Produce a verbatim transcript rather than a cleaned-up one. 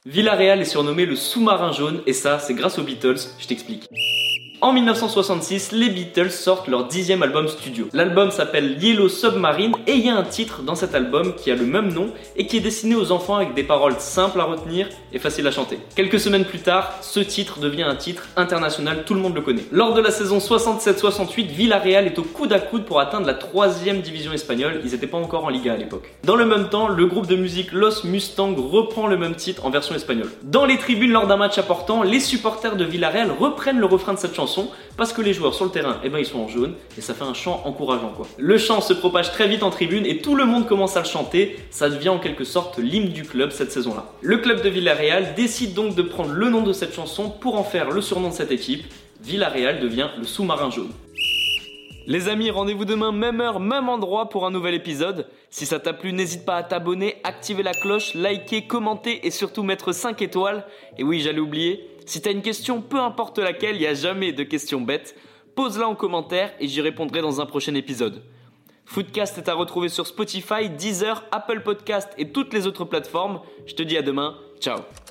Villarreal est surnommé le sous-marin jaune et ça, c'est grâce aux Beatles, je t'explique. En mille neuf cent soixante-six, les Beatles sortent leur dixième album studio. L'album s'appelle Yellow Submarine et il y a un titre dans cet album qui a le même nom et qui est destiné aux enfants avec des paroles simples à retenir et faciles à chanter. Quelques semaines plus tard, ce titre devient un titre international, tout le monde le connaît. Lors de la saison soixante-sept soixante-huit, Villarreal est au coude à coude pour atteindre la troisième division espagnole, ils n'étaient pas encore en Liga à l'époque. Dans le même temps, le groupe de musique Los Mustangs reprend le même titre en version espagnole. Dans les tribunes lors d'un match important, les supporters de Villarreal reprennent le refrain de cette chanson parce que les joueurs sur le terrain, eh ben, ils sont en jaune et ça fait un chant encourageant quoi. Le chant se propage très vite en tribune et tout le monde commence à le chanter, ça devient en quelque sorte l'hymne du club cette saison-là. Le club de Villarreal décide donc de prendre le nom de cette chanson pour en faire le surnom de cette équipe. Villarreal devient le sous-marin jaune. Les amis, rendez-vous demain, même heure, même endroit pour un nouvel épisode. Si ça t'a plu, n'hésite pas à t'abonner, activer la cloche, liker, commenter et surtout mettre cinq étoiles. Et oui, j'allais oublier, si t'as une question, peu importe laquelle, il n'y a jamais de questions bêtes, pose-la en commentaire et j'y répondrai dans un prochain épisode. Footcast est à retrouver sur Spotify, Deezer, Apple Podcast et toutes les autres plateformes. Je te dis à demain, ciao.